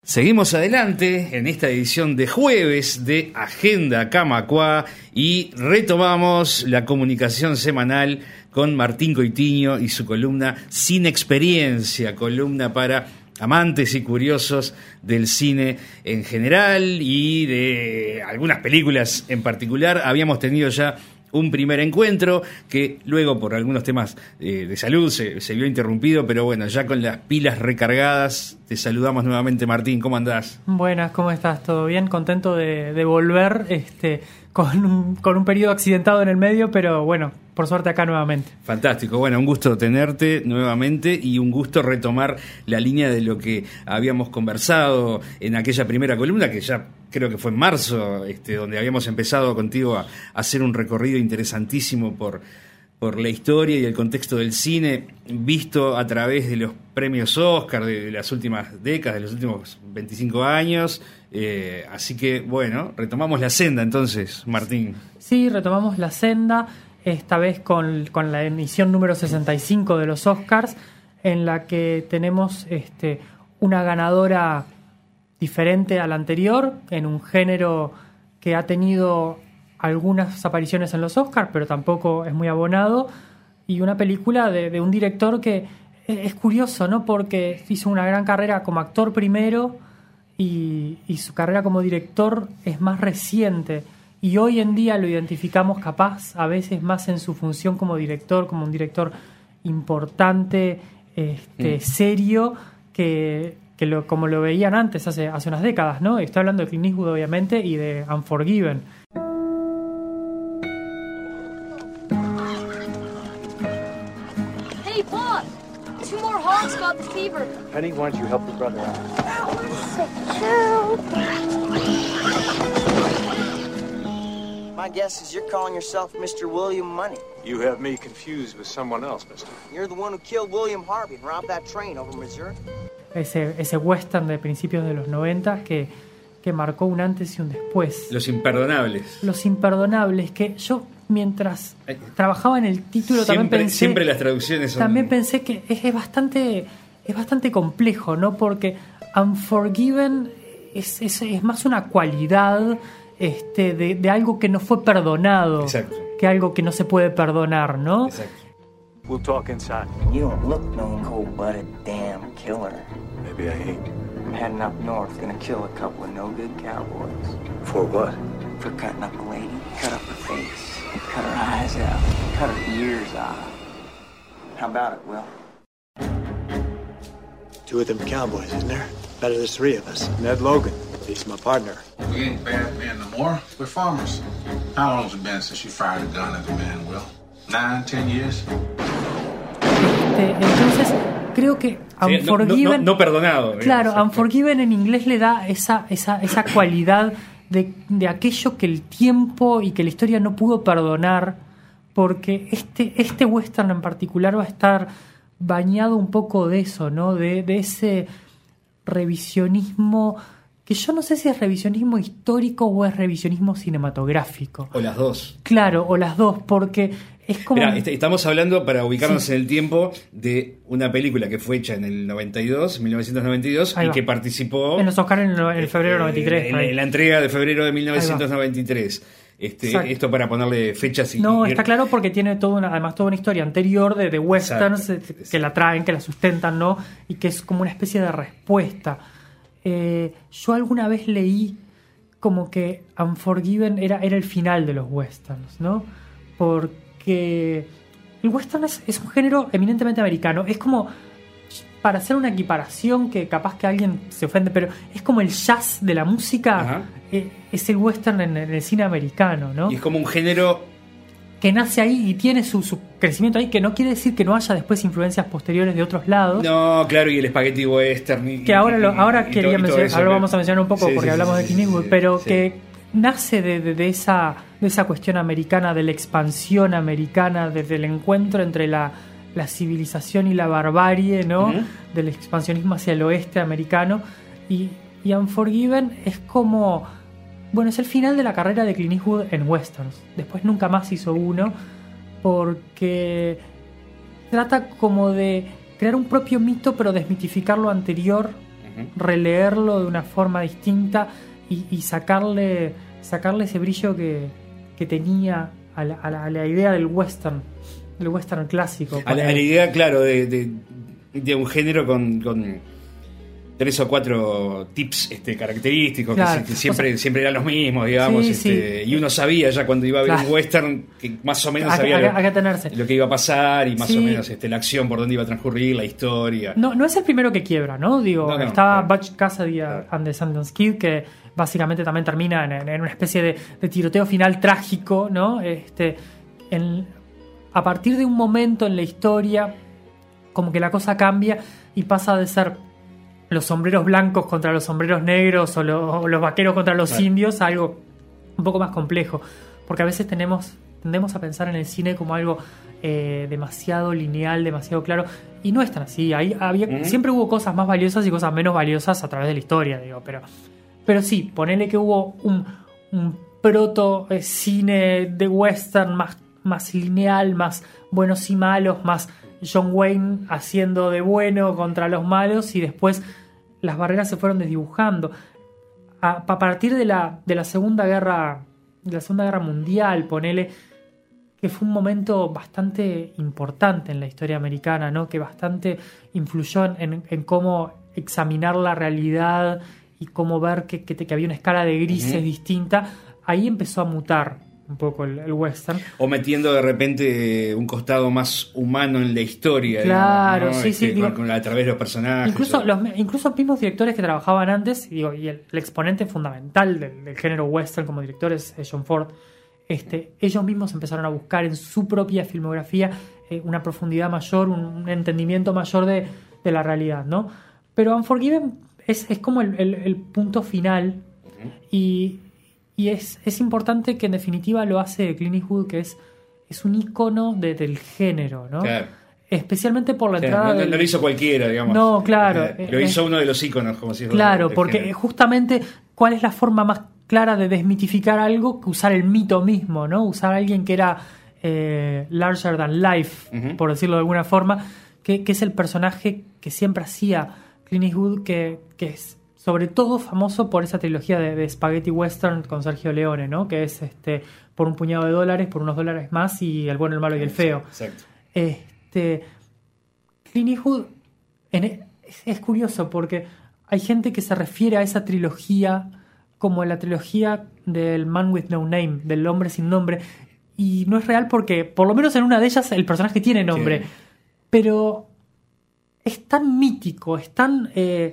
Seguimos adelante en esta edición de jueves de Agenda Camacuá y retomamos la comunicación semanal con Martín Coitiño y su columna Sin Experiencia, columna para amantes y curiosos del cine en general y de algunas películas en particular. Habíamos tenido ya un primer encuentro que luego por algunos temas de salud se vio interrumpido, pero bueno, ya con las pilas recargadas te saludamos nuevamente. Martín, ¿cómo andás? Buenas, ¿cómo estás? ¿Todo bien? Contento de volver con un periodo accidentado en el medio, pero bueno, por suerte acá nuevamente. Fantástico, bueno, un gusto tenerte nuevamente y un gusto retomar la línea de lo que habíamos conversado en aquella primera columna, que ya creo que fue en marzo, donde habíamos empezado contigo a hacer un recorrido interesantísimo por la historia y el contexto del cine, visto a través de los premios Oscar de las últimas décadas, de los últimos 25 años. Así que, bueno, retomamos la senda entonces, Martín. Sí, retomamos la senda, esta vez con la emisión número 65 de los Oscars, en la que tenemos una ganadora diferente a la anterior, en un género que ha tenido algunas apariciones en los Oscars, pero tampoco es muy abonado, y una película de un director que es curioso, ¿no? Porque hizo una gran carrera como actor primero y su carrera como director es más reciente, y hoy en día lo identificamos capaz a veces más en su función como director, como un director importante, serio, como lo veían antes, hace unas décadas, ¿no? Estoy hablando de Clint Eastwood, obviamente, y de Unforgiven. Hey, boss! 2 more hogs got the fever. Penny, why don't you help your brother out? My guess is you're calling yourself Mr. William Money. You have me confused with someone else, mister. You're the one who killed William Harvey and robbed that train over Missouri. Ese western de principios de los 90 que marcó un antes y un después. Los Imperdonables. Los Imperdonables, que yo mientras trabajaba en el título siempre las traducciones son... También pensé que es bastante complejo, ¿no? Porque Unforgiven es más una cualidad de algo que no fue perdonado. Exacto. Que algo que no se puede perdonar, ¿no? Exacto. We'll talk inside. You don't look no cold-blooded damn killer. Maybe I ain't. I'm heading up north, gonna kill a couple of no-good cowboys. For what? For cutting up a lady, cut up her face, cut her eyes out, cut her ears off. How about it, Will? 2 of them cowboys, isn't there? Better there's 3 of us. Ned Logan, he's my partner. We ain't bad men no more. We're farmers. How long's it been since you fired a gun at a man, Will? 9, 10 years? Entonces, creo que Unforgiven... No perdonado. Claro, Unforgiven en inglés le da esa cualidad de aquello que el tiempo y que la historia no pudo perdonar, porque este western en particular va a estar bañado un poco de eso, ¿no? De ese revisionismo, que yo no sé si es revisionismo histórico o es revisionismo cinematográfico. O las dos. Claro, o las dos, porque es como... Mirá, estamos hablando, para ubicarnos en el tiempo, de una película que fue hecha en el 1992, y que participó... En los Oscars en el febrero de 93. En la entrega de febrero de 1993. Esto para ponerle fechas y... No, está claro, porque tiene además toda una historia anterior de westerns. Exacto. Que la traen, que la sustentan, ¿no? Y que es como una especie de respuesta. Yo alguna vez leí como que Unforgiven era el final de los westerns, ¿no? Porque el western es un género eminentemente americano. Es como, para hacer una equiparación que capaz que alguien se ofende, pero es como el jazz de la música. Es el western en el cine americano, ¿no? Y es como un género que nace ahí y tiene su crecimiento ahí, que no quiere decir que no haya después influencias posteriores de otros lados. No, claro, y el spaghetti western. Que ahora quería mencionar, ahora lo vamos a mencionar un poco porque hablamos de Clint Eastwood, pero que nace de esa cuestión americana, de la expansión americana, desde el encuentro entre la civilización y la barbarie, ¿no? Uh-huh. Del expansionismo hacia el oeste americano. Y Unforgiven es como... Bueno, es el final de la carrera de Clint Eastwood en westerns. Después nunca más hizo uno, porque trata como de crear un propio mito, pero desmitificar lo anterior, releerlo de una forma distinta y sacarle ese brillo que tenía a la idea del western clásico. A la idea, claro, de un género con 3 o 4 tips característicos, claro, que siempre eran los mismos, digamos, sí. Y uno sabía ya cuando iba a ver Claro. un western que más o menos sabía Hay que atenerse. lo que iba a pasar y más Sí. o menos la acción por dónde iba a transcurrir, la historia. No es el primero que quiebra, ¿no? Digo, No, estaba claro. Butch Cassidy Claro. and the Sundance Kid, que básicamente también termina en una especie de tiroteo final trágico, ¿no? A partir de un momento en la historia, como que la cosa cambia y pasa de ser los sombreros blancos contra los sombreros negros o los vaqueros contra los Claro. indios a algo un poco más complejo. Porque a veces tendemos a pensar en el cine como algo demasiado lineal, demasiado claro. Y no es tan así. Siempre hubo cosas más valiosas y cosas menos valiosas a través de la historia, digo. Pero sí, ponele que hubo un proto cine de western más lineal, más buenos y malos, más John Wayne haciendo de bueno contra los malos, y después las barreras se fueron desdibujando. A partir de la Segunda Guerra Mundial, ponele, que fue un momento bastante importante en la historia americana, ¿no? Que bastante influyó en cómo examinar la realidad y cómo ver que había una escala de grises distinta. Ahí empezó a mutar un poco el western. O metiendo de repente un costado más humano en la historia. Claro, digamos, ¿no? sí, sí. A través de los personajes. Incluso los mismos directores que trabajaban antes, y el exponente fundamental del género western como director es John Ford. Ellos mismos empezaron a buscar en su propia filmografía una profundidad mayor, un entendimiento mayor de la realidad, ¿no? Pero Unforgiven es como el punto final. Y es importante que en definitiva lo hace Clint Eastwood, que es un ícono del género, ¿no? Claro. Especialmente por la Claro, entrada no lo hizo cualquiera, digamos. No, claro. Lo hizo uno de los íconos, como si Claro, porque justamente ¿cuál es la forma más clara de desmitificar algo que usar el mito mismo, ¿no? Usar a alguien que era larger than life, por decirlo de alguna forma, que es el personaje que siempre hacía Clint Eastwood, que es sobre todo famoso por esa trilogía de Spaghetti Western con Sergio Leone, ¿no? Que es por un puñado de dólares, por unos dólares más, y el bueno, el malo y el feo. Exacto. Clint Eastwood es curioso porque hay gente que se refiere a esa trilogía como la trilogía del Man with No Name, del hombre sin nombre, y no es real porque por lo menos en una de ellas el personaje tiene nombre, pero es tan mítico, es tan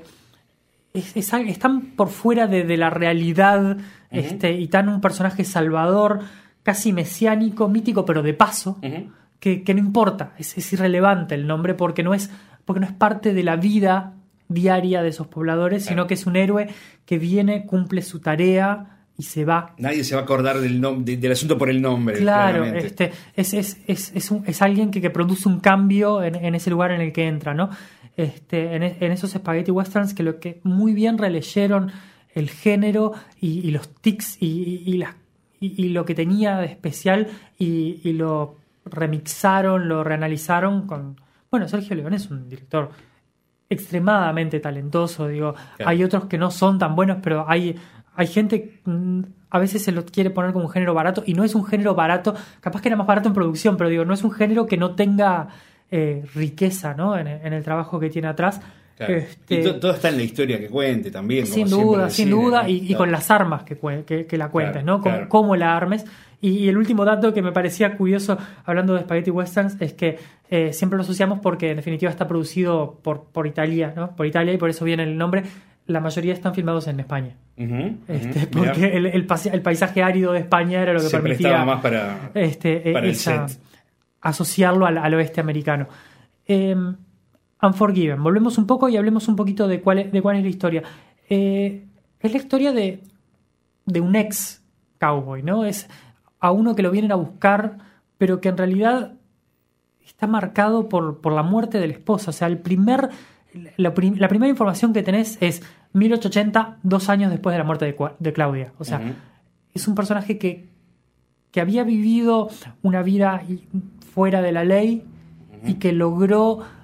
es tan por fuera de la realidad, y tan un personaje salvador, casi mesiánico, mítico, pero de paso, que no importa, es irrelevante el nombre porque no es parte de la vida diaria de esos pobladores, sino que es un héroe que viene, cumple su tarea y se va. Nadie se va a acordar del asunto por el nombre. Claro, claramente. es alguien que produce un cambio en ese lugar en el que entra, ¿no? En esos Spaghetti Westerns que muy bien releyeron el género y los tics y lo que tenía de especial y lo remixaron, lo reanalizaron con... Bueno, Sergio Leone es un director extremadamente talentoso, digo. Claro. Hay otros que no son tan buenos, pero hay gente, a veces se lo quiere poner como un género barato, y no es un género barato, capaz que era más barato en producción, pero digo, no es un género que no tenga riqueza, ¿no? En el trabajo que tiene atrás. Claro. Y todo está en la historia que cuente también. Sin duda, ¿no? Y con las armas que la cuentes, claro, ¿no? Claro. Cómo la armes. Y el último dato que me parecía curioso hablando de Spaghetti Westerns es que siempre lo asociamos porque en definitiva está producido por Italia, ¿no? Por Italia, y por eso viene el nombre. La mayoría están filmados en España. Porque el paisaje árido de España era lo que se permitía más para el set. Asociarlo al oeste americano. Unforgiven. Volvemos un poco y hablemos un poquito de cuál es la historia. Es la historia de un ex cowboy, ¿no? Es a uno que lo vienen a buscar, pero que en realidad está marcado por la muerte de la esposa. O sea, la primera información que tenés es 1880, 2 años después de la muerte de Claudia. O sea, es un personaje que había vivido una vida fuera de la ley y que logró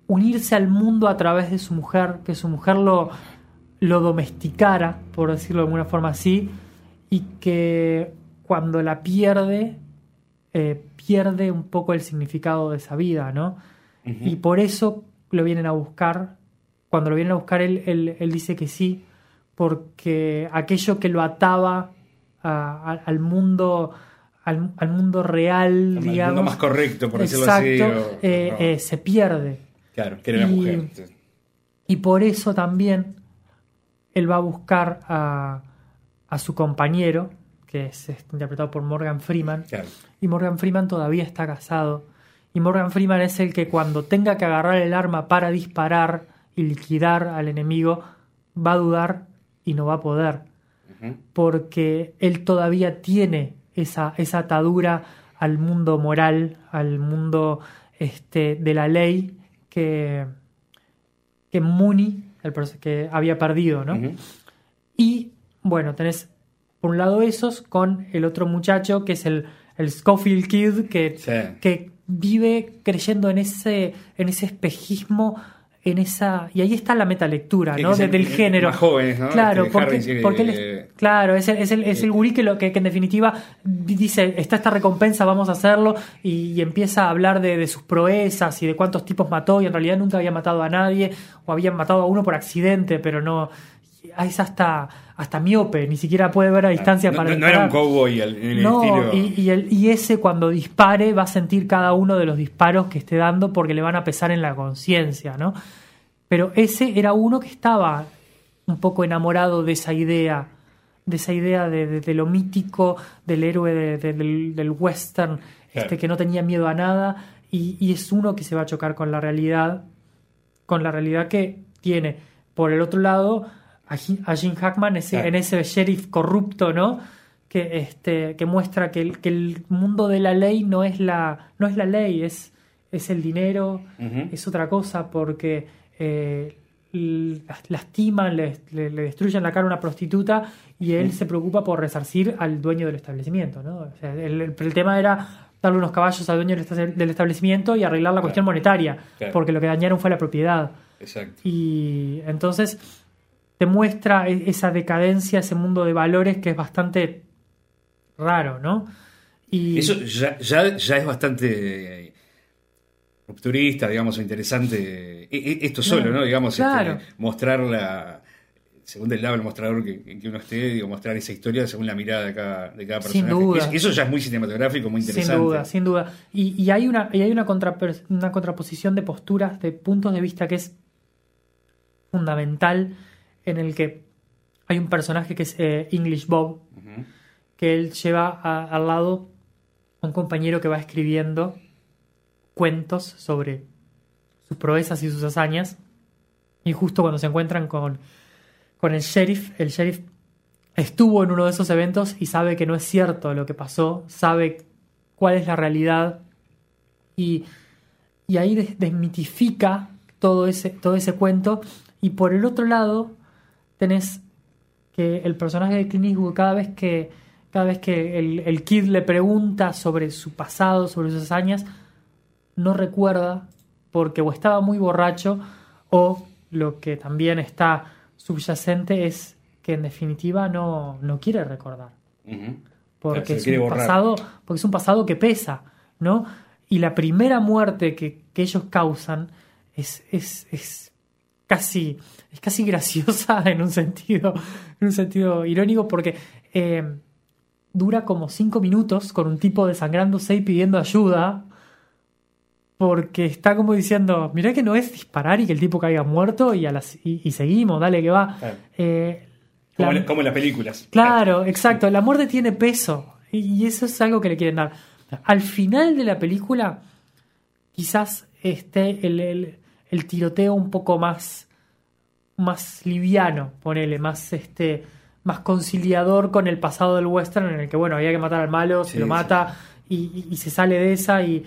unirse al mundo a través de su mujer, que su mujer lo domesticara, por decirlo de alguna forma así, y que cuando la pierde, pierde un poco el significado de esa vida, ¿no? Uh-huh. Y por eso lo vienen a buscar. Cuando lo vienen a buscar, él dice que sí, porque aquello que lo ataba al mundo real, digamos, al mundo más correcto, por decirlo así, se pierde. Claro, que era la mujer. Sí. Y por eso también él va a buscar a su compañero, que es interpretado por Morgan Freeman. Claro. Y Morgan Freeman todavía está casado. Y Morgan Freeman es el que cuando tenga que agarrar el arma para disparar y liquidar al enemigo, va a dudar y no va a poder. Uh-huh. Porque él todavía tiene esa atadura al mundo moral, al mundo de la ley que Mooney, que había perdido, ¿no? Uh-huh. Y bueno, tenés por un lado esos con el otro muchacho que es el Schofield Kid que vive creyendo en ese espejismo, y ahí está la metalectura, ¿no? Del género. Más jóvenes, ¿no? Claro, porque él es el gurí que en definitiva dice, está esta recompensa, vamos a hacerlo, y empieza a hablar de sus proezas y de cuántos tipos mató, y en realidad nunca había matado a nadie, o había matado a uno por accidente, pero no... Es hasta miope, ni siquiera puede ver a distancia para disparar. No era un cowboy en el estilo. Y ese cuando dispare va a sentir cada uno de los disparos que esté dando porque le van a pesar en la conciencia, ¿no? Pero ese era uno que estaba un poco enamorado de esa idea de lo mítico, del héroe del western, claro. Que no tenía miedo a nada, y es uno que se va a chocar con la realidad que tiene. Por el otro lado, a Gene Hackman en ese sheriff corrupto, ¿no? Que muestra que el mundo de la ley no es la ley, es el dinero, uh-huh. Es otra cosa, porque lastiman, le destruyen la cara a una prostituta y él se preocupa por resarcir al dueño del establecimiento, ¿no? O sea, el tema era darle unos caballos al dueño del establecimiento y arreglar la cuestión monetaria, porque lo que dañaron fue la propiedad. Exacto. Y entonces te muestra esa decadencia, ese mundo de valores que es bastante raro, ¿no? Y eso ya es bastante rupturista, digamos, o interesante. Esto solo, ¿no? Digamos, claro. Mostrar según el lado del mostrador que uno esté, mostrar esa historia según la mirada de cada personaje. Sin duda. Eso ya es muy cinematográfico, muy interesante. Sin duda. Y hay una contraposición de posturas, de puntos de vista que es fundamental, en el que hay un personaje que es English Bob, uh-huh. que él lleva al lado a un compañero que va escribiendo cuentos sobre sus proezas y sus hazañas, y justo cuando se encuentran con el sheriff estuvo en uno de esos eventos y sabe que no es cierto lo que pasó, sabe cuál es la realidad, y ahí desmitifica todo ese cuento. Y por el otro lado tenés que el personaje de Clint Eastwood, cada vez que el Kid le pregunta sobre su pasado, sobre sus hazañas, no recuerda, porque o estaba muy borracho, o lo que también está subyacente es que en definitiva no quiere recordar. Uh-huh. Porque es un pasado que pesa, ¿no? Y la primera muerte que ellos causan es casi graciosa en un sentido irónico, porque dura como 5 minutos con un tipo desangrándose y pidiendo ayuda, porque está como diciendo, mirá que no es disparar y que el tipo caiga muerto y seguimos, dale que va. Claro. Como en las películas. Claro, exacto. La muerte tiene peso y eso es algo que le quieren dar. Al final de la película quizás esté el tiroteo un poco más liviano, ponele, más conciliador con el pasado del western, en el que bueno, había que matar al malo, se lo mata, sí. Y se sale de esa y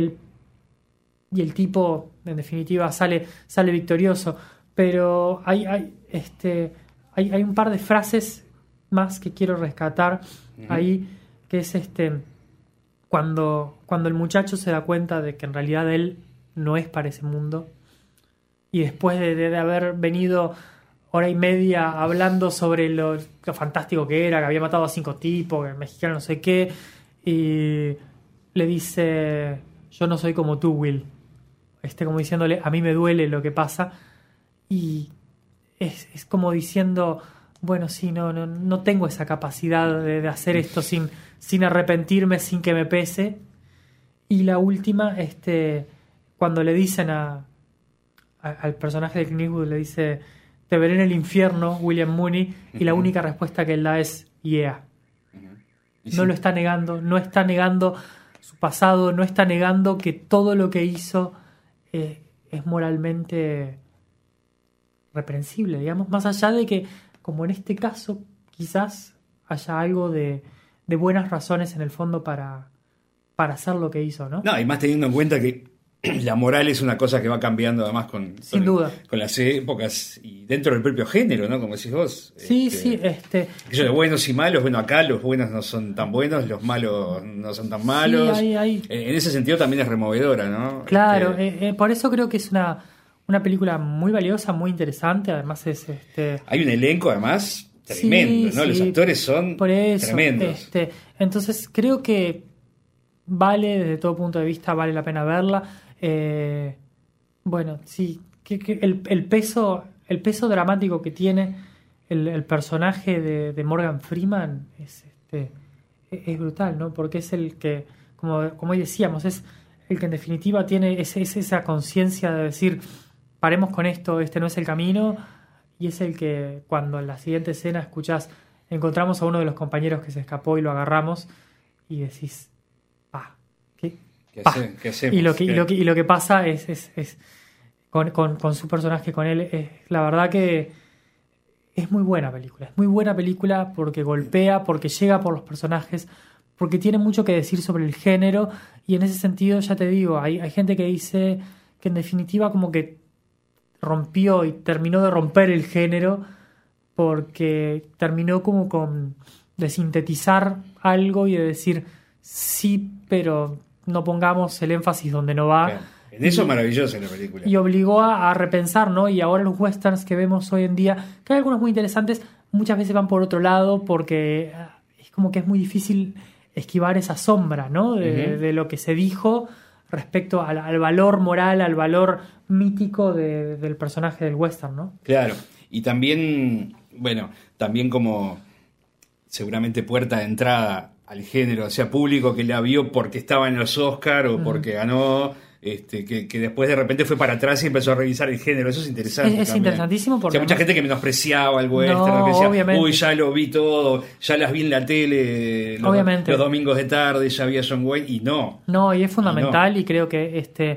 el tipo en definitiva sale victorioso. Pero hay un par de frases más que quiero rescatar ahí, que es cuando el muchacho se da cuenta de que en realidad él no es para ese mundo, y después de haber venido hora y media hablando sobre lo fantástico que era, que había matado a 5 tipos, que el mexicano no sé qué, y le dice, yo no soy como tú, Will. Como diciéndole, a mí me duele lo que pasa, y es como diciendo, bueno, sí, no tengo esa capacidad de hacer esto sin arrepentirme, sin que me pese. Y la última, cuando le dicen al personaje de Clint Eastwood, le dice, te veré en el infierno, William Mooney, y la única respuesta que él da es, yeah. No lo está negando, no está negando su pasado, no está negando que todo lo que hizo es moralmente reprensible, digamos, más allá de que, como en este caso, quizás haya algo de buenas razones en el fondo para hacer lo que hizo, ¿no? No, y más teniendo en cuenta que la moral es una cosa que va cambiando además sin duda, con las épocas y dentro del propio género, ¿no? Como decís vos. Sí, Eso de buenos y malos, bueno, acá los buenos no son tan buenos, los malos no son tan malos. Sí, hay. En ese sentido también es removedora, ¿no? Claro, por eso creo que es una película muy valiosa, muy interesante, además es Hay un elenco además tremendo, ¿no? Sí, los actores son por eso, tremendos. Entonces creo que vale, desde todo punto de vista, vale la pena verla. Bueno, sí, que el peso dramático que tiene el personaje de Morgan Freeman es brutal, ¿no? Porque es el que, como hoy decíamos, es el que en definitiva tiene esa conciencia de decir, paremos con esto, este no es el camino, y es el que cuando en la siguiente escena escuchás, encontramos a uno de los compañeros que se escapó y lo agarramos, y decís, ¿Qué hacemos? Y lo que pasa es con su personaje, con él, la verdad que es muy buena película. Es muy buena película porque golpea, porque llega por los personajes, porque tiene mucho que decir sobre el género, y en ese sentido, ya te digo, hay gente que dice que en definitiva como que rompió y terminó de romper el género porque terminó como de sintetizar algo y de decir sí, pero no pongamos el énfasis donde no va. Claro. En eso es maravillosa la película. Y obligó a repensar, ¿no? Y ahora los westerns que vemos hoy en día, que hay algunos muy interesantes, muchas veces van por otro lado porque es como que es muy difícil esquivar esa sombra, ¿no? De lo que se dijo respecto al valor moral, al valor mítico del personaje del western, ¿no? Claro. Y también, bueno, también como seguramente puerta de entrada al género, o sea, público que la vio porque estaba en los Oscar o porque ganó, que después de repente fue para atrás y empezó a revisar el género. Eso es interesante. Es interesantísimo porque o sea, mucha gente que menospreciaba el western, que decía, obviamente. Uy, ya lo vi todo, ya las vi en la tele los domingos de tarde, ya vi a John Wayne, y no. No, y es fundamental, y creo que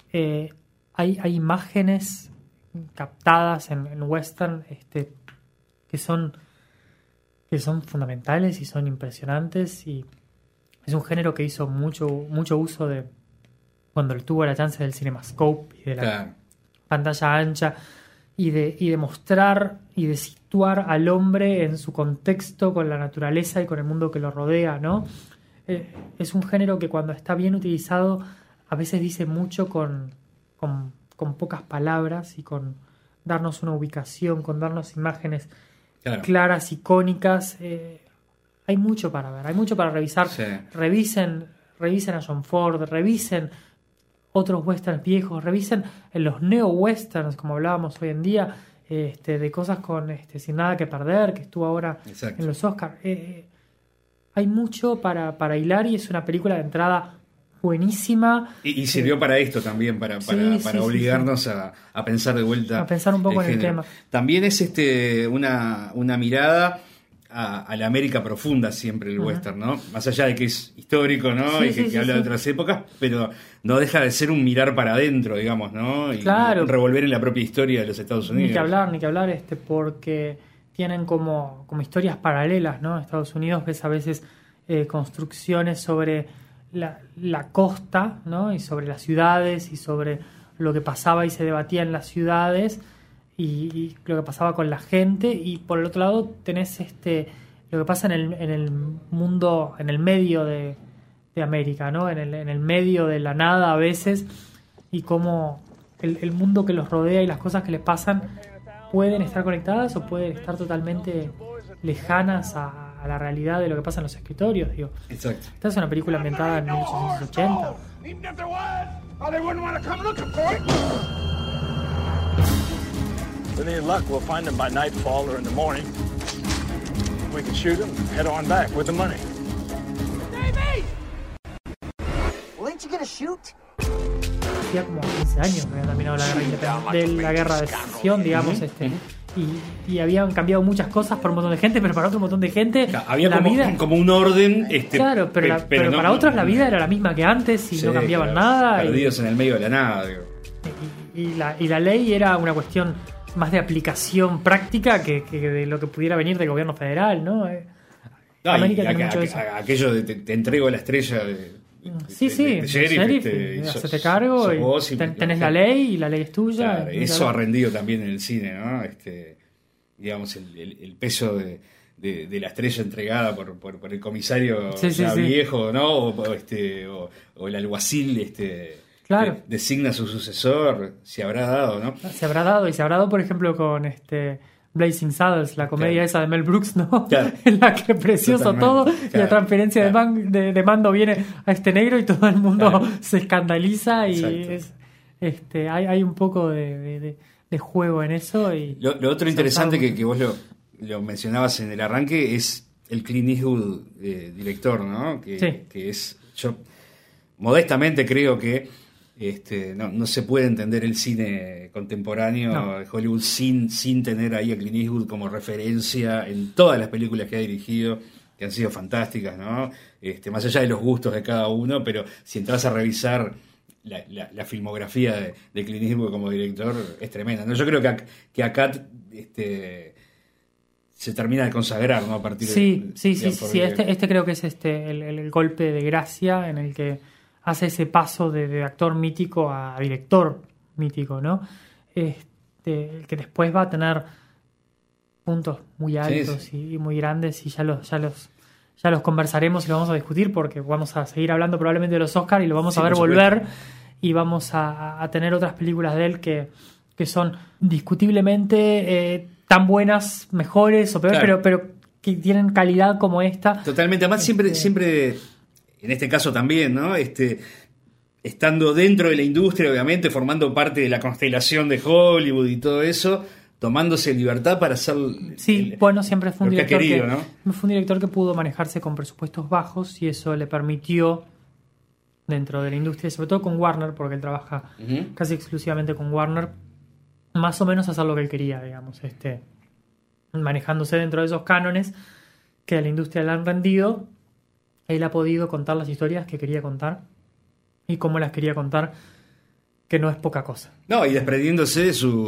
hay imágenes captadas en western que son fundamentales y son impresionantes, y es un género que hizo mucho uso de cuando tuvo la chance del CinemaScope y de la pantalla ancha y de mostrar y de situar al hombre en su contexto con la naturaleza y con el mundo que lo rodea, ¿no? Es un género que cuando está bien utilizado a veces dice mucho con pocas palabras y con darnos una ubicación, con darnos imágenes claras, icónicas. Hay mucho para ver, hay mucho para revisar. Sí. Revisen a John Ford, revisen otros westerns viejos, revisen en los neo-westerns, como hablábamos hoy en día, de cosas con Sin Nada que Perder, que estuvo ahora en los Oscars. Hay mucho para hilar, y es una película de entrada buenísima. Y sirvió para esto también, para obligarnos a pensar de vuelta. A pensar un poco en el tema. También es una mirada a la América profunda siempre el western, ¿no? Más allá de que es histórico, ¿no? Y que habla de otras épocas, pero no deja de ser un mirar para adentro, digamos, ¿no? Y revolver en la propia historia de los Estados Unidos. Ni que hablar, porque tienen como historias paralelas, ¿no? Estados Unidos ves a veces construcciones sobre la costa, ¿no? Y sobre las ciudades y sobre lo que pasaba y se debatía en las ciudades y lo que pasaba con la gente, y por el otro lado tenés lo que pasa en el mundo, en el medio de América, ¿no? En el medio de la nada a veces, y cómo el mundo que los rodea y las cosas que les pasan pueden estar conectadas o pueden estar totalmente lejanas a la realidad de lo que pasa en los escritorios. Digo, Exacto. esta es una película ambientada en 1880. With any luck, we'll find them by nightfall or in the morning. We can shoot them and head on back with the money. Well, ain't you gonna shoot? Hacía como 15 años que había terminado la guerra de la guerra de secesión, digamos, y habían cambiado muchas cosas para un montón de gente, pero para otro montón de gente Había la vida, como un orden. claro, pero no, para otros la vida era la misma que antes y sí, no cambiaban claro, nada. Perdidos en el medio de la nada, digo. Y la ley era una cuestión más de aplicación práctica que de lo que pudiera venir del gobierno federal, ¿no? América tiene mucho de eso. Aquello de te entrego la estrella Sí, sheriff, hacete cargo y tenés la ley y la ley es tuya. Claro, eso ha rendido también en el cine, ¿no? Digamos, el peso de la estrella entregada por el comisario viejo, ¿no? O el alguacil claro, que designa a su sucesor, se habrá dado, ¿no? Se habrá dado, por ejemplo, con Blazing Saddles, la comedia esa de Mel Brooks, ¿no? Claro. En la que precioso todo, claro, y la transferencia de mando viene a este negro y todo el mundo se escandaliza y hay un poco de juego en eso. Y lo otro interesante que vos lo mencionabas en el arranque es el Clint Eastwood director, ¿no? Que es, yo modestamente creo que no se puede entender el cine contemporáneo de Hollywood sin tener ahí a Clint Eastwood como referencia en todas las películas que ha dirigido, que han sido fantásticas, ¿no? Más allá de los gustos de cada uno, pero si entras a revisar la filmografía de Clint Eastwood como director, es tremenda, ¿no? Yo creo que acá se termina de consagrar, ¿no? A partir de... Sí, creo que es el golpe de gracia en el que hace ese paso de actor mítico a director mítico, ¿no? El que después va a tener puntos muy altos y muy grandes, y ya los conversaremos y los vamos a discutir, porque vamos a seguir hablando probablemente de los Oscars y lo vamos a ver volver, y vamos a tener otras películas de él que son discutiblemente tan buenas, mejores o peores, pero que tienen calidad como esta. Totalmente, además siempre en este caso también, ¿no? Estando dentro de la industria, obviamente, formando parte de la constelación de Hollywood y todo eso, tomándose libertad para hacer... siempre fue un director querido, ¿no? Fue un director que pudo manejarse con presupuestos bajos, y eso le permitió, dentro de la industria, sobre todo con Warner, porque él trabaja casi exclusivamente con Warner, más o menos hacer lo que él quería, digamos, manejándose dentro de esos cánones que a la industria le han rendido. Él ha podido contar las historias que quería contar y cómo las quería contar, que no es poca cosa. No, y desprendiéndose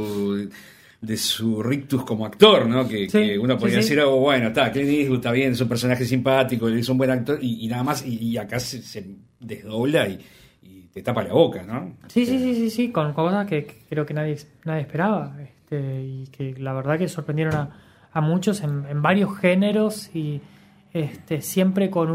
de su rictus como actor, ¿no? Que uno podría decir, Clint Eastwood está bien, es un personaje simpático, es un buen actor, y nada más, y acá se desdobla y te tapa la boca, ¿no? Sí, con cosas que creo que nadie esperaba, y que la verdad que sorprendieron a muchos en varios géneros, y siempre con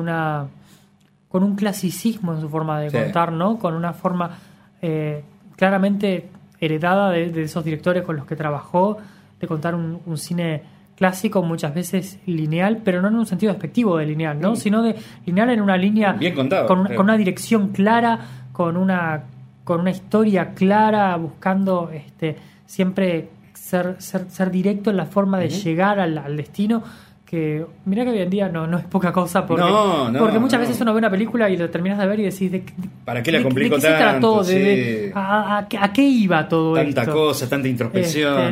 un clasicismo en su forma de contar, ¿no? Con una forma claramente heredada de esos directores con los que trabajó, de contar un cine clásico, muchas veces lineal, pero no en un sentido despectivo de lineal, ¿no? Sino de lineal en una línea bien contado, con una dirección clara, con una historia clara, buscando siempre ser directo en la forma de llegar al destino. Que mirá que hoy en día no es poca cosa, porque muchas veces uno ve una película y lo terminas de ver y decís ¿para qué la complico ¿de qué se trató? Sí. ¿A qué iba todo tanta esto? Tanta cosa, tanta introspección.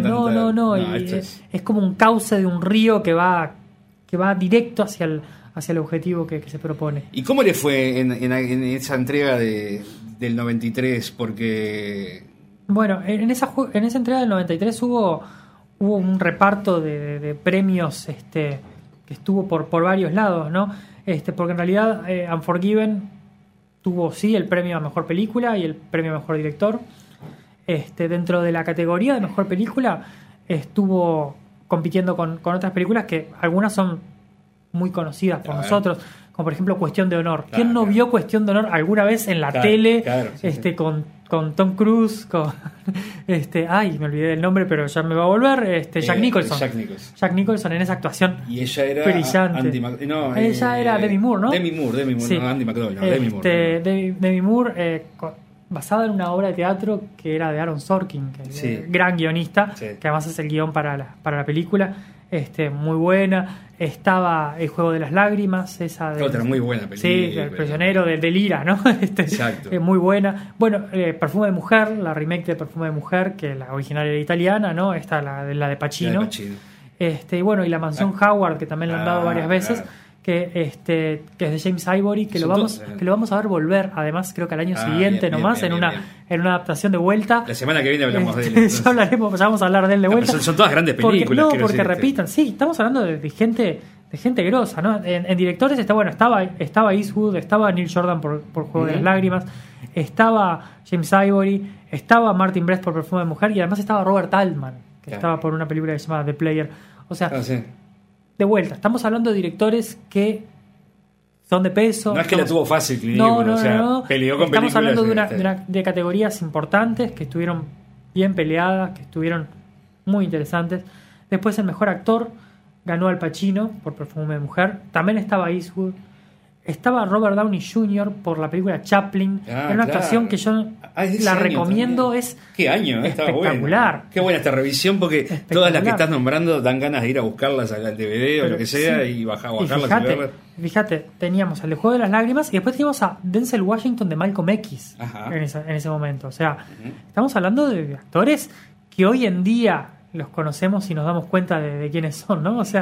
Es como un cauce de un río que va directo hacia el objetivo que se propone. ¿Y cómo le fue en esa entrega del 93? Porque... Bueno, en esa entrega del 93 hubo un reparto de premios que estuvo por varios lados, ¿no? Porque en realidad Unforgiven tuvo el premio a mejor película y el premio a mejor director. Dentro de la categoría de mejor película estuvo compitiendo con otras películas que algunas son muy conocidas por nosotros, como por ejemplo Cuestión de Honor. ¿Quién no vio Cuestión de Honor alguna vez en la tele, con con Tom Cruise, con me olvidé del nombre, pero ya me va a volver, Jack Nicholson. Jack Nicholson en esa actuación y ella era brillante. Ella era Demi Moore, ¿no? Demi Moore, sí. No Andy McDowell, no, Demi Moore. Demi Moore, basada en una obra de teatro que era de Aaron Sorkin, que es gran guionista, que además es el guión para la película. Muy buena. Estaba El Juego de las Lágrimas, esa de, otra muy buena película. Sí, El prisionero de Lira, ¿no? Exacto. Muy buena. Bueno, Perfume de Mujer, la remake de Perfume de Mujer, que la original era italiana, ¿no? Esta la de Pacino. Y bueno, y La Mansión Howard, que también la han dado varias veces. Claro. Que es de James Ivory, que lo vamos a ver volver, además creo que al año siguiente nomás, en una adaptación de vuelta. La semana que viene hablamos de él. Ya vamos a hablar de él de vuelta. Son todas grandes películas. Porque repitan, sí, estamos hablando de gente grosa, ¿no? En directores estaba Eastwood, estaba Neil Jordan por Juego de las Lágrimas, estaba James Ivory, estaba Martin Brest por Perfume de Mujer, y además estaba Robert Altman, que estaba por una película llamada The Player. O sea, de vuelta, estamos hablando de directores que son de peso. No es que la tuvo fácil, no, peleó con estamos hablando películas. de categorías importantes que estuvieron bien peleadas, que estuvieron muy interesantes. Después el mejor actor ganó Al Pacino por Perfume de Mujer. También estaba Eastwood. Estaba Robert Downey Jr. por la película Chaplin. Era una actuación que yo la recomiendo. También. ¿Qué año? Espectacular. Bueno. Qué buena esta revisión, porque todas las que estás nombrando dan ganas de ir a buscarlas al DVD o lo que sea, y bajarlas. Fíjate, teníamos el de Juego de las Lágrimas y después teníamos a Denzel Washington de Malcolm X en ese momento. O sea, estamos hablando de actores que hoy en día los conocemos y nos damos cuenta de quiénes son, ¿no? O sea,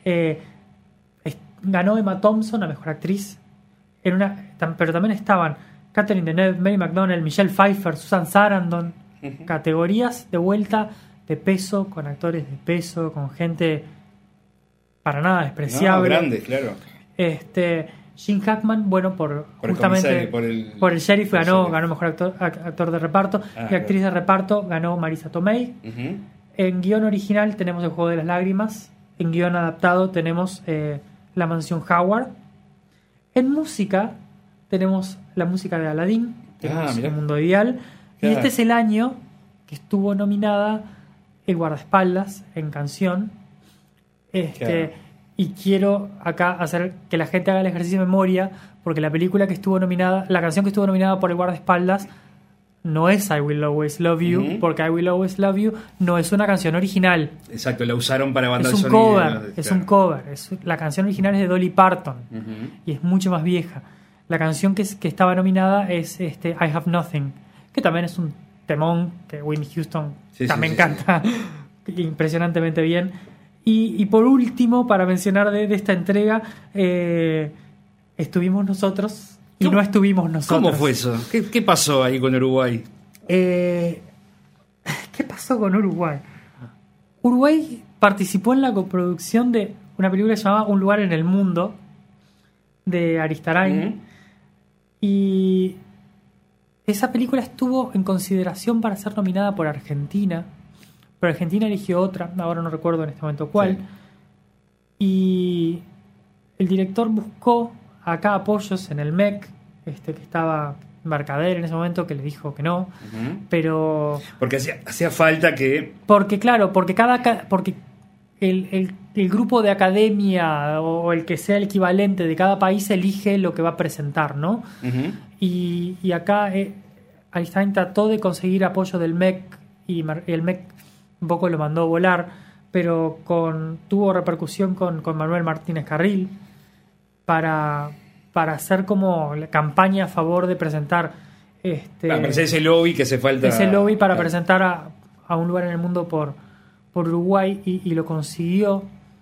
ganó Emma Thompson a Mejor Actriz, pero también estaban Catherine Deneuve, Mary McDonnell, Michelle Pfeiffer, Susan Sarandon, categorías de vuelta de peso, con actores de peso, con gente para nada despreciable. Grandes, claro. Gene Hackman, bueno, justamente por el sheriff ganó Mejor actor de reparto, y actriz de reparto ganó Marisa Tomei. En guión original tenemos El Juego de las Lágrimas, en guión adaptado tenemos La Mansión Howard. En música tenemos la música de Aladdin, tenemos El Mundo Ideal, y este es el año que estuvo nominada El Guardaespaldas en canción. Y quiero acá hacer que la gente haga el ejercicio de memoria, porque la película que estuvo nominada, la canción que estuvo nominada por El Guardaespaldas no es I Will Always Love You, porque I Will Always Love You no es una canción original. Exacto, la usaron para banda de sonido. Es un cover. La canción original es de Dolly Parton y es mucho más vieja. La canción que estaba nominada es I Have Nothing, que también es un temón que Whitney Houston también canta impresionantemente bien. Y por último, para mencionar de esta entrega, estuvimos nosotros y no estuvimos nosotros. ¿Cómo fue eso? ¿Qué pasó ahí con Uruguay? ¿Qué pasó con Uruguay? Uruguay participó en la coproducción de una película llamada Un lugar en el mundo, de Aristarain. Y esa película estuvo en consideración para ser nominada por Argentina, pero Argentina eligió otra, ahora no recuerdo en este momento cuál. Y el director buscó acá apoyos en el MEC, que estaba Mercader en ese momento, que le dijo que no, pero porque hacía falta que, porque el grupo de academia o el que sea el equivalente de cada país elige lo que va a presentar, ¿no? Y acá Einstein trató de conseguir apoyo del MEC y el MEC un poco lo mandó a volar, pero tuvo repercusión con Manuel Martínez Carril para hacer como la campaña a favor de presentar ese lobby que hace falta, para presentar a Un lugar en el mundo por Uruguay, y lo consiguió.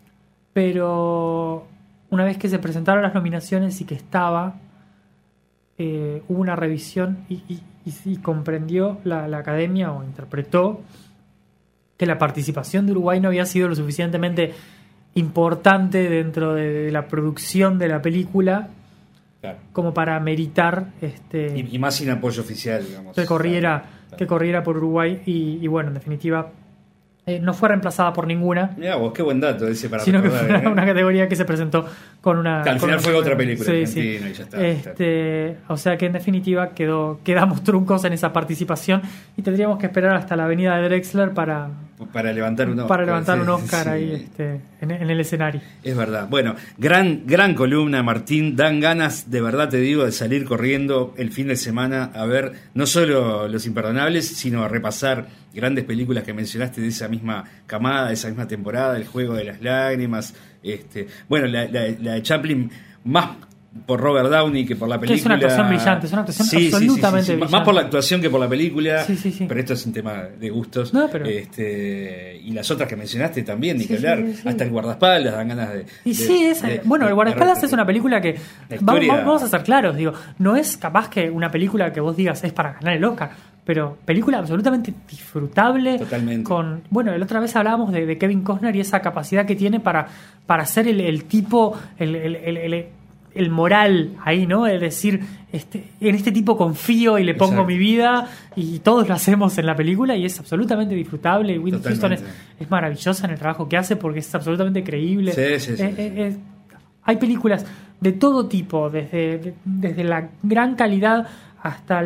Pero una vez que se presentaron las nominaciones y que estaba, hubo una revisión y comprendió la academia, o interpretó que la participación de Uruguay no había sido lo suficientemente importante dentro de la producción de la película como para meritar y más sin apoyo oficial, digamos, que corriera por Uruguay. Y bueno, en definitiva no fue reemplazada por ninguna, Mirá vos, qué buen dato ese para sino que recordar, fue una categoría que se presentó con una... Que al con final una- fue otra película Sí, argentina sí. y ya está. O sea que en definitiva quedamos truncos en esa participación y tendríamos que esperar hasta la avenida de Drexler para levantar un Oscar. para levantar un Sí, Oscar sí. ahí en el escenario. Es verdad. Bueno, gran columna, Martín. Dan ganas, de verdad te digo, de salir corriendo el fin de semana a ver no solo Los Imperdonables, sino a repasar grandes películas que mencionaste de esa misma camada, de esa misma temporada, El Juego de las Lágrimas. Bueno, la de Chaplin, más por Robert Downey que por la película. Que es una actuación brillante, es una actuación absolutamente brillante. Más por la actuación que por la película. Sí. Pero esto es un tema de gustos. No, pero- Y las otras que mencionaste también, ni Sí, que hablar. sí. Hasta El Guardaespaldas, dan ganas de... Y sí, bueno, El Guardaespaldas es una película que, La historia- vamos a ser claros, digo, no es capaz que una película que vos digas es para ganar el Oscar, pero película absolutamente disfrutable. Totalmente. Bueno, la otra vez hablábamos de Kevin Costner y esa capacidad que tiene para ser el tipo, el moral ahí, ¿no? Es decir, en este tipo confío y le pongo Exacto. mi vida, y todos lo hacemos en la película y es absolutamente disfrutable. Y Whitney Houston Totalmente. es maravillosa en el trabajo que hace porque es absolutamente creíble. Sí. Hay películas de todo tipo, desde la gran calidad hasta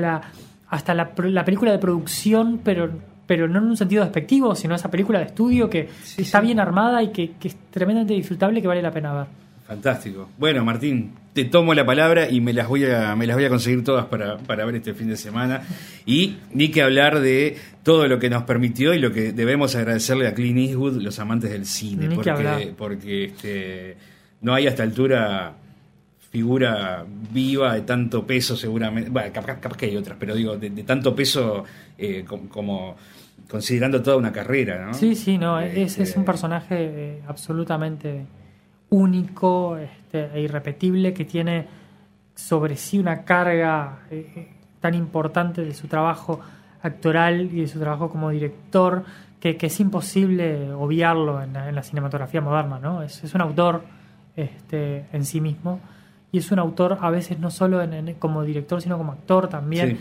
la película de producción, pero no en un sentido despectivo, sino esa película de estudio que está bien armada y que es tremendamente disfrutable, que vale la pena ver. Fantástico. Bueno, Martín, te tomo la palabra y me las voy a conseguir todas para ver este fin de semana. Y ni que hablar de todo lo que nos permitió y lo que debemos agradecerle a Clint Eastwood, los amantes del cine. Ni que hablar. Porque no hay a esta altura figura viva de tanto peso seguramente. Bueno, capaz que hay otras, pero digo, de tanto peso como considerando toda una carrera, ¿no? Sí, no, es un personaje absolutamente único e irrepetible, que tiene sobre sí una carga tan importante de su trabajo actoral y de su trabajo como director que es imposible obviarlo en la cinematografía moderna, ¿no? Es un autor en sí mismo, y es un autor a veces no solo como director sino como actor también.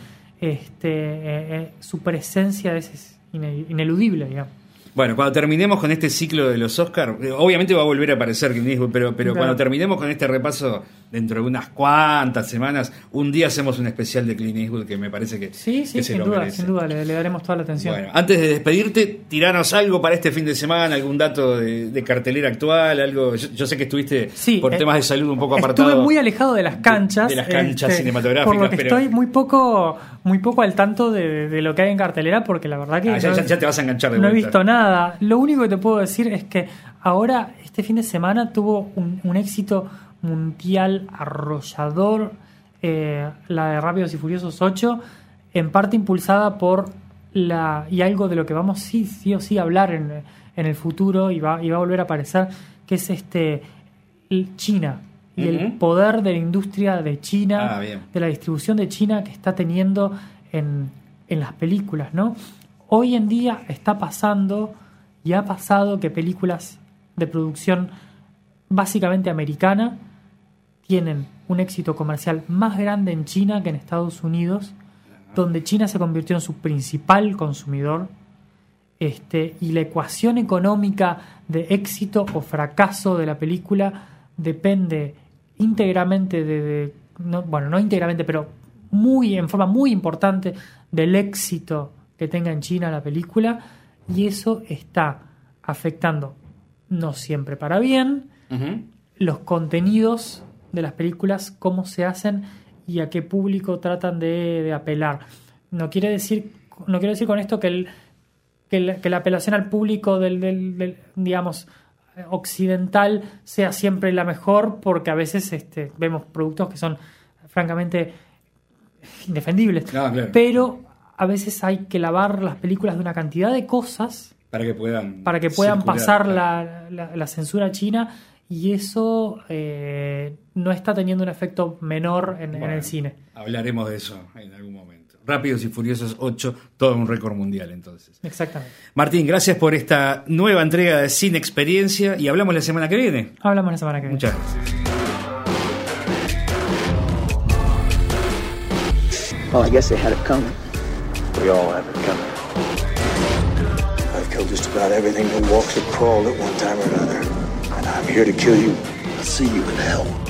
Su presencia es ineludible, digamos. Bueno, cuando terminemos con este ciclo de los Oscars, obviamente va a volver a aparecer Clint Eastwood, pero Claro. cuando terminemos con este repaso, dentro de unas cuantas semanas, un día hacemos un especial de Clint Eastwood que me parece que, Sí, que se sin lo duda, merece. sin duda, le daremos toda la atención. Bueno, antes de despedirte, tiranos algo para este fin de semana, algún dato de cartelera actual, algo. Yo sé que estuviste por temas de salud un poco apartado. Estuve muy alejado de las canchas. De las canchas cinematográficas. Por lo que pero estoy muy poco al tanto de lo que hay en cartelera, porque la verdad que ya te vas a enganchar de no he vuelta. visto nada. Lo único que te puedo decir es que ahora, este fin de semana, tuvo un éxito mundial arrollador, la de Rápidos y Furiosos 8, en parte impulsada por y algo de lo que vamos sí o sí a hablar en el futuro y va a volver a aparecer, que es China y el poder de la industria de China, de la distribución de China que está teniendo en las películas, ¿no? Hoy en día está pasando y ha pasado que películas de producción básicamente americana tienen un éxito comercial más grande en China que en Estados Unidos, donde China se convirtió en su principal consumidor, y la ecuación económica de éxito o fracaso de la película depende íntegramente no íntegramente, pero en forma muy importante del éxito que tenga en China la película, y eso está afectando, no siempre para bien, los contenidos de las películas, cómo se hacen y a qué público tratan de apelar. No quiero decir con esto que la apelación al público del digamos occidental sea siempre la mejor, porque a veces vemos productos que son francamente indefendibles, claro. Pero a veces hay que lavar las películas de una cantidad de cosas para que puedan circular, pasar claro. la censura china, y eso no está teniendo un efecto menor en el cine. Hablaremos de eso en algún momento. Rápidos y Furiosos 8, todo un récord mundial entonces. Exactamente. Martín, gracias por esta nueva entrega de Cine Experiencia y hablamos la semana que viene. Hablamos la semana que viene. Muchas gracias. Well, I guess they had it coming. We all have it coming. I've killed just about everything that walks or crawled at one time or another. And I'm here to kill you. I'll see you in hell.